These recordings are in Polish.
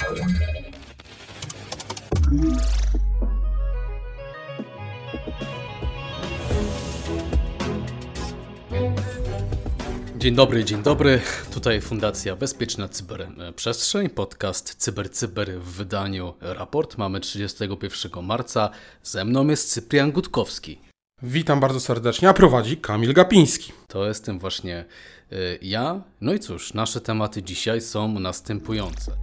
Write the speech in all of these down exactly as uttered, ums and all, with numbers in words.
Dzień dobry, dzień dobry. Tutaj Fundacja Bezpieczna Cyberprzestrzeń, podcast Cyber Cyber w wydaniu Raport. Mamy trzydziestego pierwszego marca. Ze mną jest Cyprian Gutkowski. Witam bardzo serdecznie, a prowadzi Kamil Gapiński. To jestem właśnie y, ja. No i cóż, nasze tematy dzisiaj są następujące.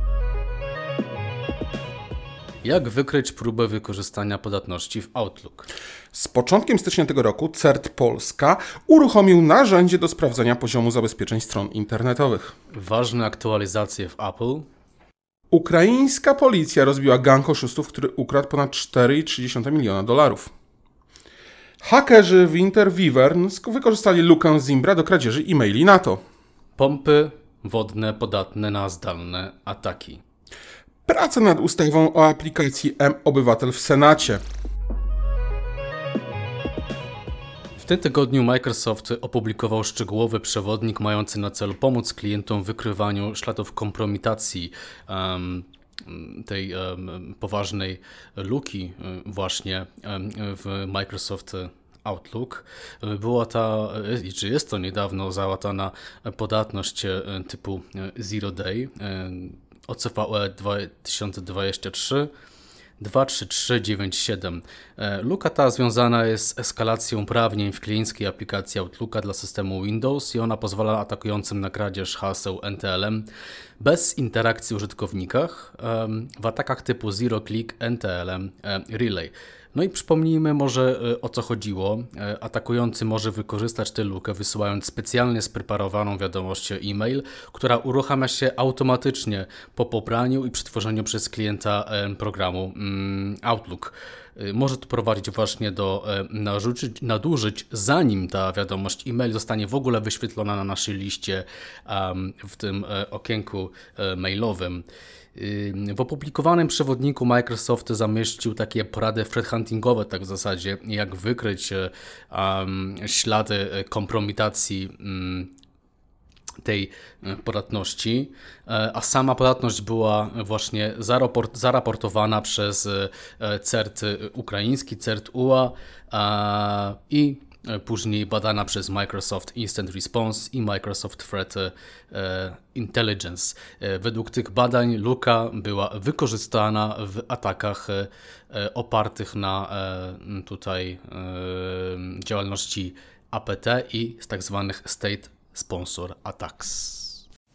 Jak wykryć próbę wykorzystania podatności w Outlook? Z początkiem stycznia tego roku C E R T Polska uruchomił narzędzie do sprawdzenia poziomu zabezpieczeń stron internetowych. Ważne aktualizacje w Apple. Ukraińska policja rozbiła gang oszustów, który ukradł ponad cztery przecinek trzy miliona dolarów. Hakerzy w Interweaver wykorzystali lukę Zimbra do kradzieży e-maili NATO. Pompy wodne podatne na zdalne ataki. Praca nad ustawą o aplikacji M-Obywatel w Senacie. W tym tygodniu Microsoft opublikował szczegółowy przewodnik mający na celu pomóc klientom w wykrywaniu śladów kompromitacji um, tej um, poważnej luki właśnie um, w Microsoft Outlook. Była ta, czy jest to niedawno załatana podatność typu Zero Day, O C V E dwa tysiące dwadzieścia trzy dwa trzy trzy dziewięć siedem. Luka ta związana jest z eskalacją uprawnień w klienckiej aplikacji Outlooka dla systemu Windows i ona pozwala atakującym na kradzież haseł N T L M bez interakcji użytkownikach w atakach typu Zero Click N T L M Relay. No i przypomnijmy może, o co chodziło. Atakujący może wykorzystać tę lukę, wysyłając specjalnie spreparowaną wiadomość e-mail, która uruchamia się automatycznie po pobraniu i przetworzeniu przez klienta programu Outlook. Może to prowadzić właśnie do nadużyć, zanim ta wiadomość e-mail zostanie w ogóle wyświetlona na naszej liście w tym okienku mailowym. W opublikowanym przewodniku Microsoft zamieścił takie porady threat-huntingowe, tak w zasadzie, jak wykryć um, ślady kompromitacji um, tej podatności, a sama podatność była właśnie zaraport, zaraportowana przez C E R T ukraiński, C E R T U A i później badana przez Microsoft Instant Response i Microsoft Threat Intelligence. Według tych badań luka była wykorzystana w atakach opartych na tutaj działalności A P T i z tak zwanych State Sponsor Attacks.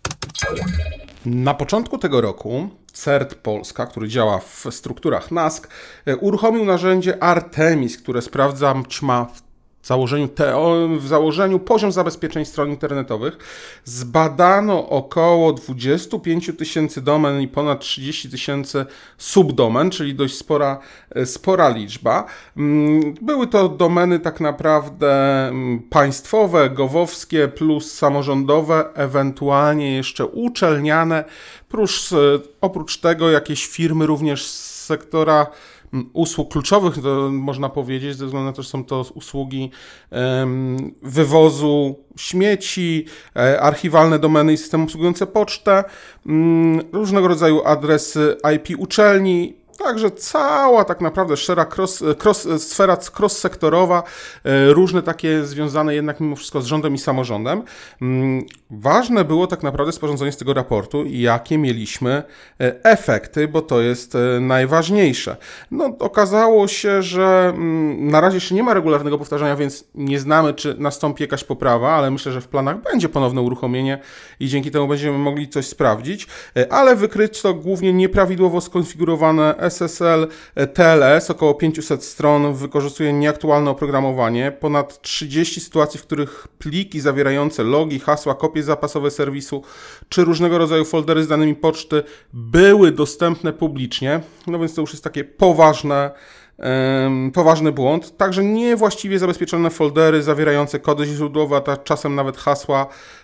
Na początku tego roku C E R T Polska, który działa w strukturach N A S K, uruchomił narzędzie Artemis, które sprawdza ma w W założeniu, teo, w założeniu poziom zabezpieczeń stron internetowych. Zbadano około dwadzieścia pięć tysięcy domen i ponad trzydzieści tysięcy subdomen, czyli dość spora, spora liczba. Były to domeny tak naprawdę państwowe, gowowskie plus samorządowe, ewentualnie jeszcze uczelniane, plus oprócz tego jakieś firmy również z sektora usług kluczowych, to można powiedzieć, ze względu na to, że są to usługi um, wywozu śmieci, e, archiwalne domeny i systemy obsługujące pocztę, um, różnego rodzaju adresy I P uczelni, także cała tak naprawdę szera cross, cross, sfera cross-sektorowa, e, różne takie związane jednak mimo wszystko z rządem i samorządem. Um, ważne było tak naprawdę sporządzenie z tego raportu i jakie mieliśmy efekty, bo to jest e, najważniejsze. No, okazało się, że um, na razie jeszcze nie ma regularnego powtarzania, więc nie znamy, czy nastąpi jakaś poprawa, ale myślę, że w planach będzie ponowne uruchomienie i dzięki temu będziemy mogli coś sprawdzić, e, ale wykryto głównie nieprawidłowo skonfigurowane S S L T L S, około pięćset stron wykorzystuje nieaktualne oprogramowanie, ponad trzydzieści sytuacji, w których pliki zawierające logi, hasła, kopie zapasowe serwisu czy różnego rodzaju foldery z danymi poczty były dostępne publicznie, no więc to już jest takie poważne poważny błąd. Także niewłaściwie zabezpieczone foldery zawierające kody źródłowe, a czasem nawet hasła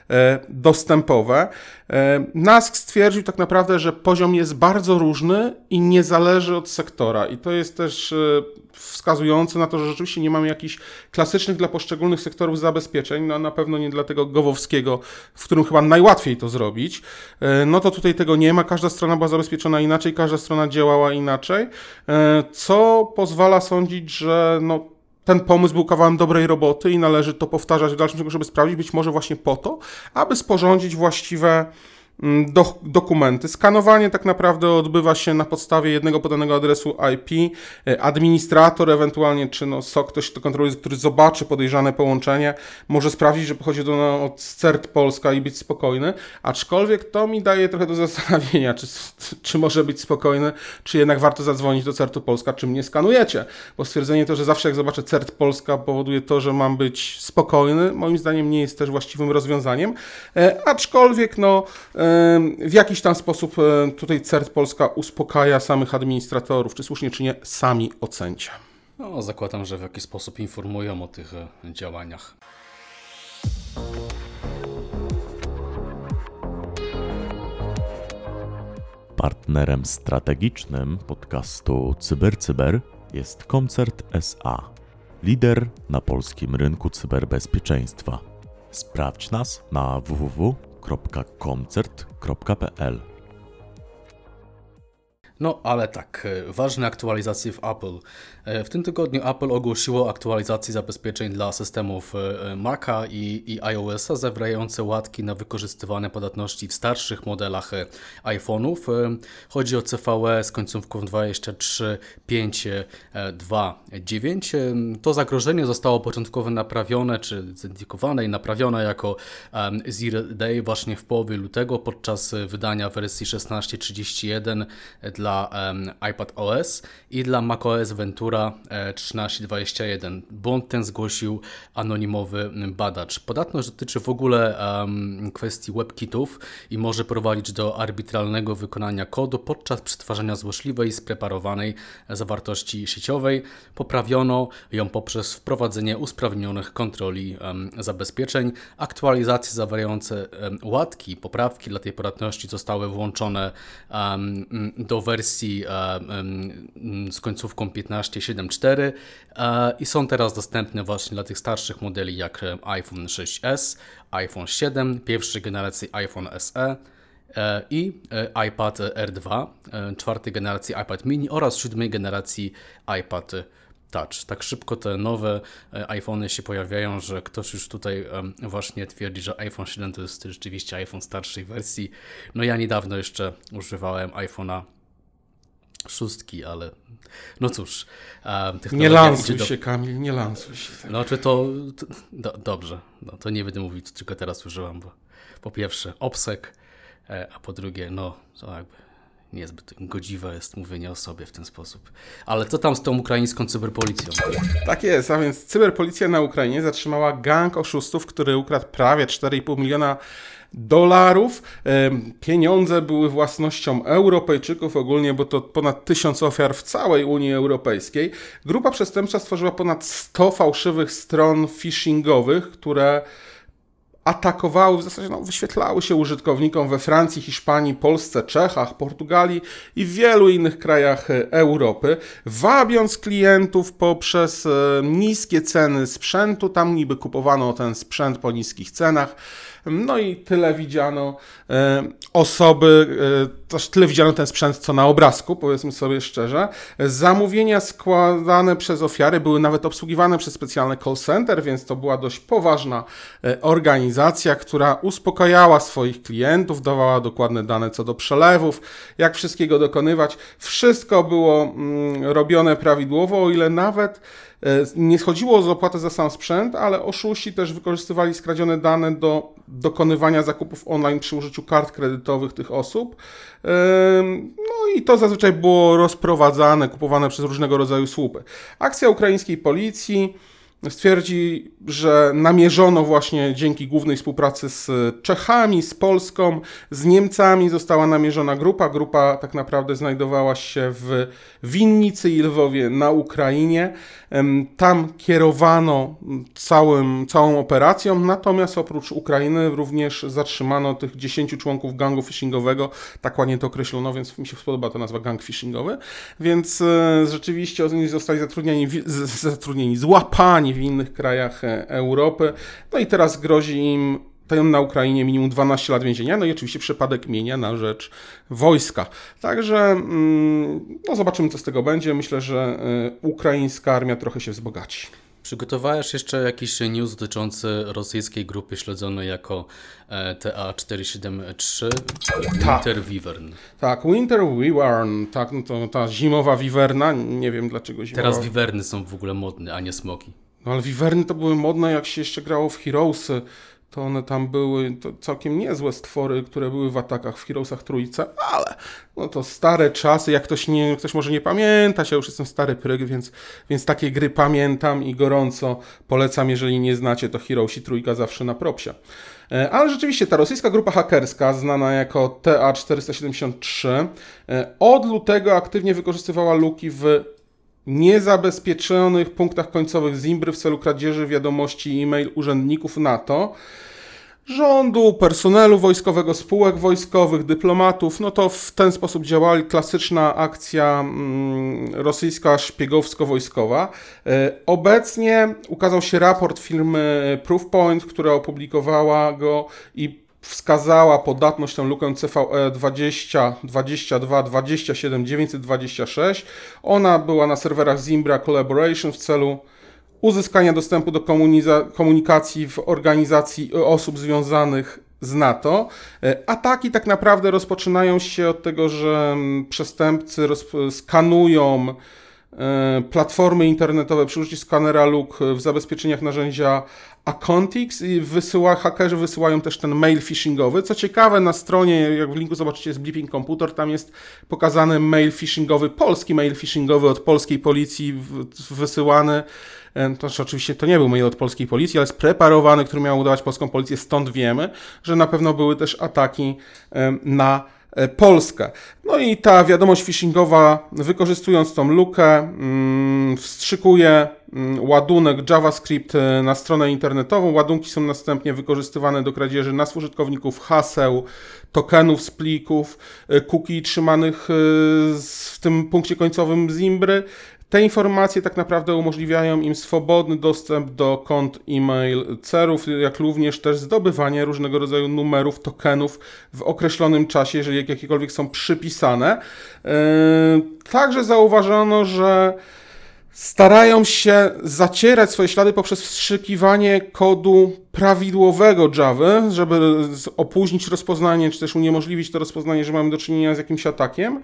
dostępowe. Nask stwierdził tak naprawdę, że poziom jest bardzo różny i nie zależy od sektora. I to jest też wskazujące na to, że rzeczywiście nie mamy jakichś klasycznych dla poszczególnych sektorów zabezpieczeń, no na pewno nie dla tego gowowskiego, w którym chyba najłatwiej to zrobić. No to tutaj tego nie ma, każda strona była zabezpieczona inaczej, każda strona działała inaczej, co pozwala sądzić, że no ten pomysł był kawałem dobrej roboty i należy to powtarzać w dalszym ciągu, żeby sprawdzić, być może właśnie po to, aby sporządzić właściwe do, dokumenty. Skanowanie tak naprawdę odbywa się na podstawie jednego podanego adresu I P. Administrator ewentualnie, czy no S O C, ktoś to kontroluje, który zobaczy podejrzane połączenie, może sprawdzić, że pochodzi ono od CERT Polska i być spokojny, aczkolwiek to mi daje trochę do zastanowienia, czy, czy może być spokojny, czy jednak warto zadzwonić do CERTu Polska, czy mnie skanujecie, bo stwierdzenie to, że zawsze jak zobaczę CERT Polska powoduje to, że mam być spokojny, moim zdaniem nie jest też właściwym rozwiązaniem, e, aczkolwiek no w jakiś tam sposób tutaj CERT Polska uspokaja samych administratorów, czy słusznie, czy nie, sami ocencie. No, zakładam, że w jakiś sposób informują o tych działaniach. Partnerem strategicznym podcastu CyberCyber jest Koncert S A, lider na polskim rynku cyberbezpieczeństwa. Sprawdź nas na w w w kropka koncert kropka p l. No, ale tak, ważne aktualizacje w Apple. W tym tygodniu Apple ogłosiło aktualizację zabezpieczeń dla systemów Maca i, i iOS-a zawierające łatki na wykorzystywane podatności w starszych modelach iPhone'ów. Chodzi o C V E z końcówką dwadzieścia trzy pięć dwa dziewięć. To zagrożenie zostało początkowo naprawione, czy zidentyfikowane i naprawione jako Zero Day właśnie w połowie lutego podczas wydania wersji szesnaście trzydzieści jeden dla iPadOS i dla macOS Ventura trzynaście dwadzieścia jeden. Błąd ten zgłosił anonimowy badacz. Podatność dotyczy w ogóle um, kwestii WebKitów i może prowadzić do arbitralnego wykonania kodu podczas przetwarzania złośliwej, spreparowanej zawartości sieciowej. Poprawiono ją poprzez wprowadzenie usprawnionych kontroli um, zabezpieczeń. Aktualizacje zawierające um, łatki, poprawki dla tej podatności zostały włączone um, do wersji um, z końcówką piętnaście siedem cztery i są teraz dostępne właśnie dla tych starszych modeli jak iPhone sześć S, iPhone siedem, pierwszej generacji iPhone S E i iPad R dwa, czwartej generacji iPad mini oraz siódmej generacji iPad Touch. Tak szybko te nowe iPhony się pojawiają, że ktoś już tutaj właśnie twierdzi, że iPhone siedem to jest rzeczywiście iPhone starszej wersji. No ja niedawno jeszcze używałem iPhone'a szóstki, ale no cóż. Nie lansuj się, do... Kamil, nie lansuj się. No czy to, to do, dobrze, no, to nie będę mówić, tylko teraz użyłam, bo po pierwsze obsek, a po drugie, no to jakby niezbyt godziwe jest mówienie o sobie w ten sposób. Ale co tam z tą ukraińską cyberpolicją? Tak jest, a więc cyberpolicja na Ukrainie zatrzymała gang oszustów, który ukradł prawie cztery i pół miliona dolarów. Pieniądze były własnością Europejczyków ogólnie, bo to ponad tysiąc ofiar w całej Unii Europejskiej. Grupa przestępcza stworzyła ponad sto fałszywych stron phishingowych, które atakowały, w zasadzie no, wyświetlały się użytkownikom we Francji, Hiszpanii, Polsce, Czechach, Portugalii i w wielu innych krajach Europy, wabiąc klientów poprzez niskie ceny sprzętu. Tam niby kupowano ten sprzęt po niskich cenach. No i tyle widziano e, osoby, e, też tyle widziano ten sprzęt, co na obrazku, powiedzmy sobie szczerze. Zamówienia składane przez ofiary były nawet obsługiwane przez specjalne call center, więc to była dość poważna e, organizacja, która uspokajała swoich klientów, dawała dokładne dane co do przelewów, jak wszystkiego dokonywać. Wszystko było mm, robione prawidłowo, o ile nawet nie chodziło o opłatę za sam sprzęt, ale oszuści też wykorzystywali skradzione dane do dokonywania zakupów online przy użyciu kart kredytowych tych osób. No i to zazwyczaj było rozprowadzane, kupowane przez różnego rodzaju słupy. Akcja ukraińskiej policji stwierdzi, że namierzono właśnie dzięki głównej współpracy z Czechami, z Polską, z Niemcami została namierzona grupa. Grupa tak naprawdę znajdowała się w Winnicy i Lwowie na Ukrainie. Tam kierowano całym, całą operacją, natomiast oprócz Ukrainy również zatrzymano tych dziesięciu członków gangu phishingowego. Tak ładnie to określono, więc mi się podoba ta nazwa gang phishingowy. Więc e, rzeczywiście oni zostali zatrudnieni, z, zatrudnieni, złapani w innych krajach Europy. No i teraz grozi im tam na Ukrainie minimum dwanaście lat więzienia, no i oczywiście przepadek mienia na rzecz wojska. Także no zobaczymy, co z tego będzie. Myślę, że ukraińska armia trochę się wzbogaci. Przygotowałeś jeszcze jakiś news dotyczący rosyjskiej grupy śledzonej jako T A cztery siedem trzy, Winter Wyvern. Tak, Winter Wyvern, tak, no to ta zimowa wiwerna, nie wiem dlaczego zimowa. Teraz wiwerny są w ogóle modne, a nie smoki. No ale wiwerny to były modne, jak się jeszcze grało w Heroesy. To one tam były to całkiem niezłe stwory, które były w atakach w Heroesach Trójce, ale no to stare czasy, jak ktoś, nie, ktoś może nie pamiętać, ja już jestem stary pryk, więc, więc takie gry pamiętam i gorąco polecam, jeżeli nie znacie, to Heroesi Trójka zawsze na propsie. Ale rzeczywiście ta rosyjska grupa hakerska, znana jako T A czterysta siedemdziesiąt trzy, od lutego aktywnie wykorzystywała luki w niezabezpieczonych punktach końcowych Zimbry w celu kradzieży wiadomości e-mail urzędników NATO, rządu, personelu wojskowego, spółek wojskowych, dyplomatów. No to w ten sposób działali. Klasyczna akcja mm, rosyjska szpiegowsko-wojskowa. E, obecnie ukazał się raport firmy Proofpoint, która opublikowała go i wskazała podatność tę lukę C V E dwadzieścia dwadzieścia dwa dwadzieścia siedem dziewięćset dwadzieścia sześć. Ona była na serwerach Zimbra Collaboration w celu uzyskania dostępu do komunikacji w organizacji osób związanych z NATO. Ataki tak naprawdę rozpoczynają się od tego, że przestępcy skanują platformy internetowe przy użyciu skanera luk w zabezpieczeniach narzędzia Acontix i wysyła, hakerzy wysyłają też ten mail phishingowy. Co ciekawe, na stronie, jak w linku zobaczycie, jest Blipping Computer, tam jest pokazany mail phishingowy, polski mail phishingowy od polskiej policji wysyłany. To znaczy, oczywiście to nie był mail od polskiej policji, ale spreparowany, który miał udawać polską policję, stąd wiemy, że na pewno były też ataki na Polskę. No i ta wiadomość phishingowa, wykorzystując tą lukę, wstrzykuje ładunek JavaScript na stronę internetową. Ładunki są następnie wykorzystywane do kradzieży nas użytkowników haseł, tokenów z plików, cookie trzymanych w tym punkcie końcowym Zimbry. Te informacje tak naprawdę umożliwiają im swobodny dostęp do kont e-mail cerów, jak również też zdobywanie różnego rodzaju numerów, tokenów w określonym czasie, jeżeli jakiekolwiek są przypisane. Także zauważono, że starają się zacierać swoje ślady poprzez wstrzykiwanie kodu prawidłowego Java, żeby opóźnić rozpoznanie, czy też uniemożliwić to rozpoznanie, że mamy do czynienia z jakimś atakiem.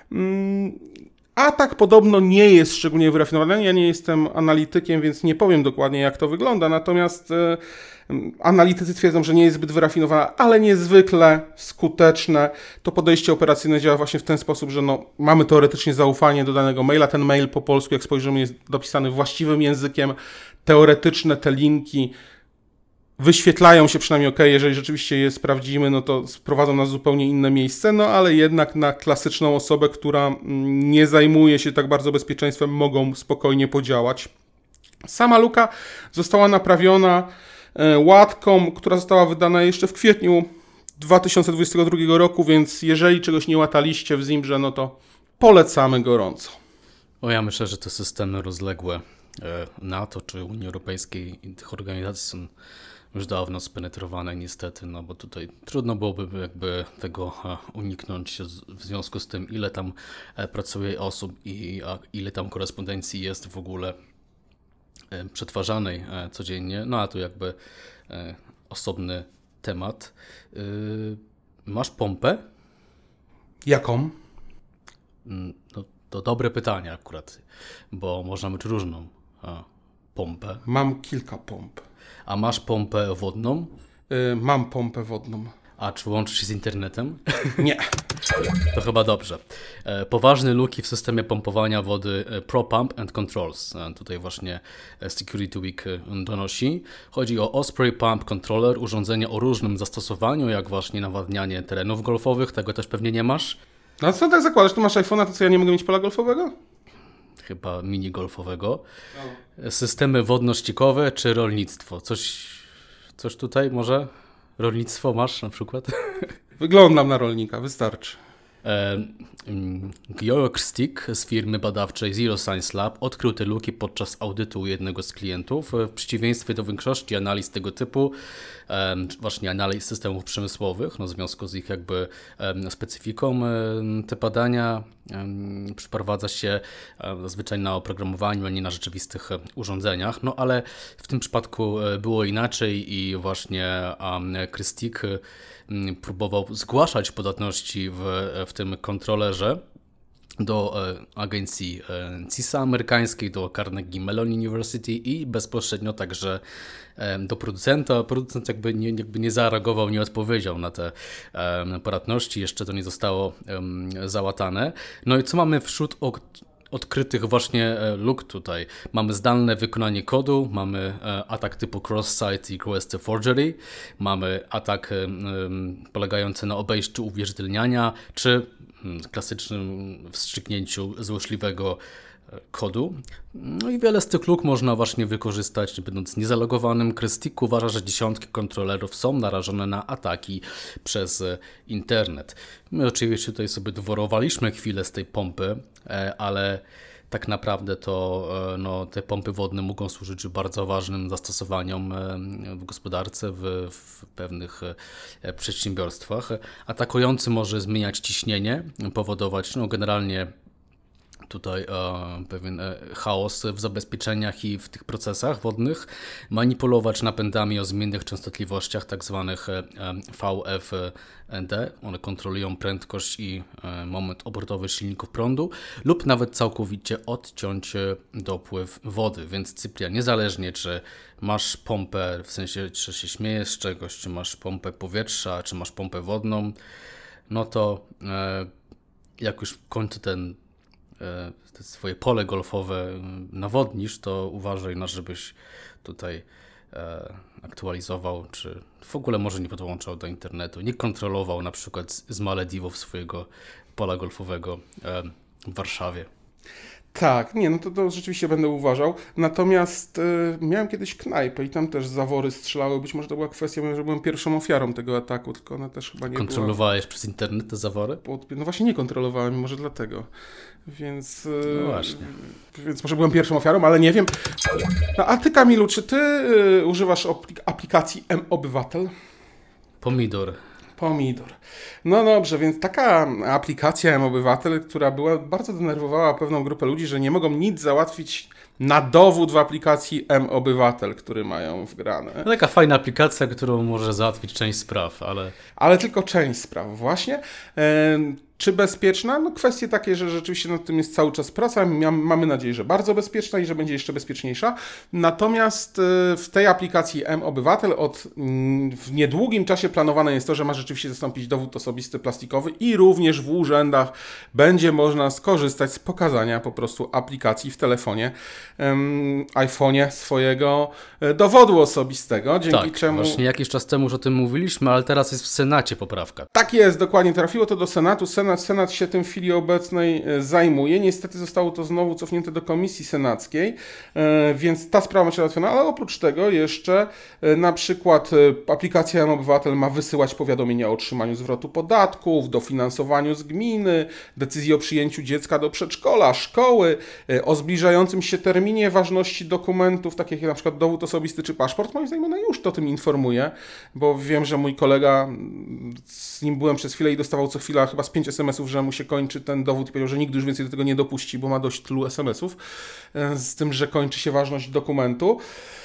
Atak podobno nie jest szczególnie wyrafinowany. Ja nie jestem analitykiem, więc nie powiem dokładnie, jak to wygląda. Natomiast e, analitycy twierdzą, że nie jest zbyt wyrafinowana, ale niezwykle skuteczne. To podejście operacyjne działa właśnie w ten sposób, że no, mamy teoretycznie zaufanie do danego maila. Ten mail po polsku, jak spojrzymy, jest dopisany właściwym językiem. Teoretyczne te linki wyświetlają się przynajmniej ok, jeżeli rzeczywiście je sprawdzimy, no to sprowadzą nas w zupełnie inne miejsce, no ale jednak na klasyczną osobę, która nie zajmuje się tak bardzo bezpieczeństwem, mogą spokojnie podziałać. Sama luka została naprawiona łatką, która została wydana jeszcze w kwietniu dwa tysiące dwudziestego drugiego roku, więc jeżeli czegoś nie łataliście w Zimbrze, no to polecamy gorąco. O, ja myślę, że te systemy rozległe NATO czy Unii Europejskiej i tych organizacji są już dawno spenetrowane niestety, no bo tutaj trudno byłoby jakby tego uniknąć w związku z tym, ile tam pracuje osób i ile tam korespondencji jest w ogóle przetwarzanej codziennie, no a tu jakby osobny temat. Masz pompę? Jaką? No, to dobre pytanie akurat, bo można mieć różną pompę. Mam kilka pomp. A masz pompę wodną? Yy, mam pompę wodną. A czy łączysz się z internetem? Nie. To chyba dobrze. Poważne luki w systemie pompowania wody ProPump and Controls. Tutaj właśnie Security Week donosi. Chodzi o Osprey Pump Controller, urządzenie o różnym zastosowaniu, jak właśnie nawadnianie terenów golfowych. Tego też pewnie nie masz? No co tak zakładasz? Tu masz iPhone'a, to co, ja nie mogę mieć pola golfowego? Chyba mini golfowego. No. Systemy wodno-ściekowe czy rolnictwo? Coś, coś tutaj może? Rolnictwo masz na przykład? Wyglądam na rolnika, wystarczy. Georg Stick z firmy badawczej Zero Science Lab odkrył te luki podczas audytu jednego z klientów. W przeciwieństwie do większości analiz tego typu, właśnie analiz systemów przemysłowych, no w związku z ich jakby specyfiką, te badania przeprowadza się zazwyczaj na oprogramowaniu, a nie na rzeczywistych urządzeniach. No ale w tym przypadku było inaczej i właśnie Chris Stick próbował zgłaszać podatności w, w tym kontrolerze do e, agencji e, C I S A amerykańskiej, do Carnegie Mellon University i bezpośrednio także e, do producenta. Producent jakby nie, jakby nie zareagował, nie odpowiedział na te e, podatności, jeszcze to nie zostało e, załatane. No i co mamy wśród ok- odkrytych właśnie luk tutaj? Mamy zdalne wykonanie kodu, mamy atak typu cross-site i request forgery, mamy atak polegający na obejściu uwierzytelniania, czy klasycznym wstrzyknięciu złośliwego kodu. No i wiele z tych luk można właśnie wykorzystać, będąc niezalogowanym. Chris Stick uważa, że dziesiątki kontrolerów są narażone na ataki przez internet. My oczywiście tutaj sobie dworowaliśmy chwilę z tej pompy, ale tak naprawdę to no, te pompy wodne mogą służyć bardzo ważnym zastosowaniom w gospodarce, w, w pewnych przedsiębiorstwach. Atakujący może zmieniać ciśnienie, powodować no, generalnie tutaj e, pewien e, chaos w zabezpieczeniach i w tych procesach wodnych, manipulować napędami o zmiennych częstotliwościach, tak zwanych e, V F D. One kontrolują prędkość i e, moment obrotowy silników prądu lub nawet całkowicie odciąć dopływ wody. Więc Cyprian, niezależnie czy masz pompę, w sensie czy się śmiejesz z czegoś, czy masz pompę powietrza, czy masz pompę wodną, no to e, jak już w końcu ten te swoje pole golfowe nawodnisz, to uważaj, no, żebyś tutaj e, aktualizował, czy w ogóle może nie podłączał do internetu, nie kontrolował na przykład z, z Malediwów swojego pola golfowego e, w Warszawie. Tak, nie, no to, to rzeczywiście będę uważał. Natomiast y, miałem kiedyś knajpę i tam też zawory strzelały. Być może to była kwestia, że byłem pierwszą ofiarą tego ataku, tylko ona też chyba nie Kontrolowałeś była... przez internet te zawory? Pod... No właśnie nie kontrolowałem, może dlatego. Więc, y, no właśnie. Więc może byłem pierwszą ofiarą, ale nie wiem. No, a ty, Kamilu, czy ty y, używasz aplikacji M-Obywatel? Pomidor. Pomidor. No dobrze, więc taka aplikacja M-Obywatel, która była, bardzo denerwowała pewną grupę ludzi, że nie mogą nic załatwić na dowód w aplikacji M-Obywatel, który mają wgrane. No taka fajna aplikacja, którą może załatwić część spraw, ale... Ale tylko część spraw, właśnie. E, czy bezpieczna? No kwestie takie, że rzeczywiście nad tym jest cały czas praca. Mamy nadzieję, że bardzo bezpieczna i że będzie jeszcze bezpieczniejsza. Natomiast w tej aplikacji M-Obywatel od w niedługim czasie planowane jest to, że ma rzeczywiście zastąpić dowód osobisty plastikowy i również w urzędach będzie można skorzystać z pokazania po prostu aplikacji w telefonie, um, iPhone'ie swojego dowodu osobistego. Dzięki tak, czemu... właśnie jakiś czas temu już o tym mówiliśmy, ale teraz jest w Senacie poprawka. Tak jest, dokładnie. Trafiło to do Senatu. Senat, Senat się tym w chwili obecnej zajmuje. Niestety zostało to znowu cofnięte do Komisji Senackiej, więc ta sprawa ma się załatwiona, ale oprócz tego jeszcze na przykład aplikacja M-Obywatel ma wysyłać powiadomienia o otrzymaniu zwrotu podatków, dofinansowaniu z gminy, decyzji o przyjęciu dziecka do przedszkola, szkoły, o zbliżającym się terminie ważności dokumentów, takich jak na przykład dowód osobisty czy paszport. Moim zdaniem ona już to tym informuje, bo wiem, że mój kolega, z nim byłem przez chwilę i dostawał co chwila chyba z pięć es em esów, że mu się kończy ten dowód i powiedział, że nigdy już więcej do tego nie dopuści, bo ma dość tylu es em esów, z tym, że kończy się ważność dokumentu.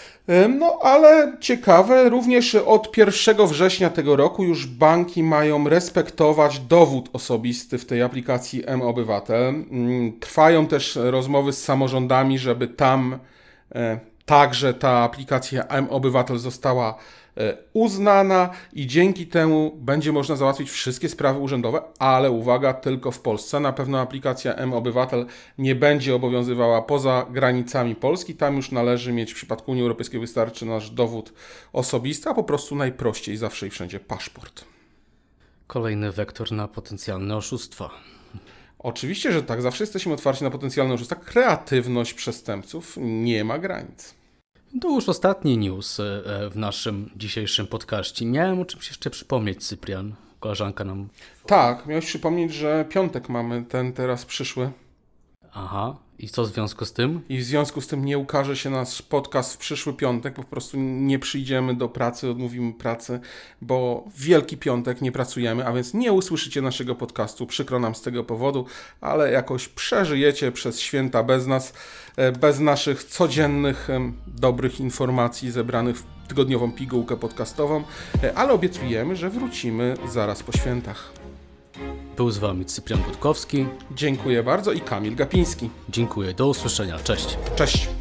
No ale ciekawe, również od pierwszego września tego roku już banki mają respektować dowód osobisty w tej aplikacji M-Obywatel. Trwają też rozmowy z samorządami, żeby tam Także ta aplikacja mObywatel została uznana i dzięki temu będzie można załatwić wszystkie sprawy urzędowe, ale uwaga, tylko w Polsce. Na pewno aplikacja mObywatel nie będzie obowiązywała poza granicami Polski. Tam już należy mieć w przypadku Unii Europejskiej wystarczy nasz dowód osobisty, a po prostu najprościej zawsze i wszędzie paszport. Kolejny wektor na potencjalne oszustwa. Oczywiście, że tak. Zawsze jesteśmy otwarci na potencjalne oszustwa. Kreatywność przestępców nie ma granic. To już ostatni news w naszym dzisiejszym podcaście. Miałem o czymś jeszcze przypomnieć, Cyprian. Koleżanka nam... Tak, miałeś przypomnieć, że piątek mamy, ten teraz przyszły. Aha. I co w związku z tym? I w związku z tym nie ukaże się nasz podcast w przyszły piątek, po prostu nie przyjdziemy do pracy, odmówimy pracy, bo w Wielki Piątek nie pracujemy, a więc nie usłyszycie naszego podcastu. Przykro nam z tego powodu, ale jakoś przeżyjecie przez święta bez nas, bez naszych codziennych, dobrych informacji zebranych w tygodniową pigułkę podcastową, ale obiecujemy, że wrócimy zaraz po świętach. Był z Wami Cyprian Budkowski. Dziękuję bardzo i Kamil Gapiński. Dziękuję, do usłyszenia. Cześć. Cześć.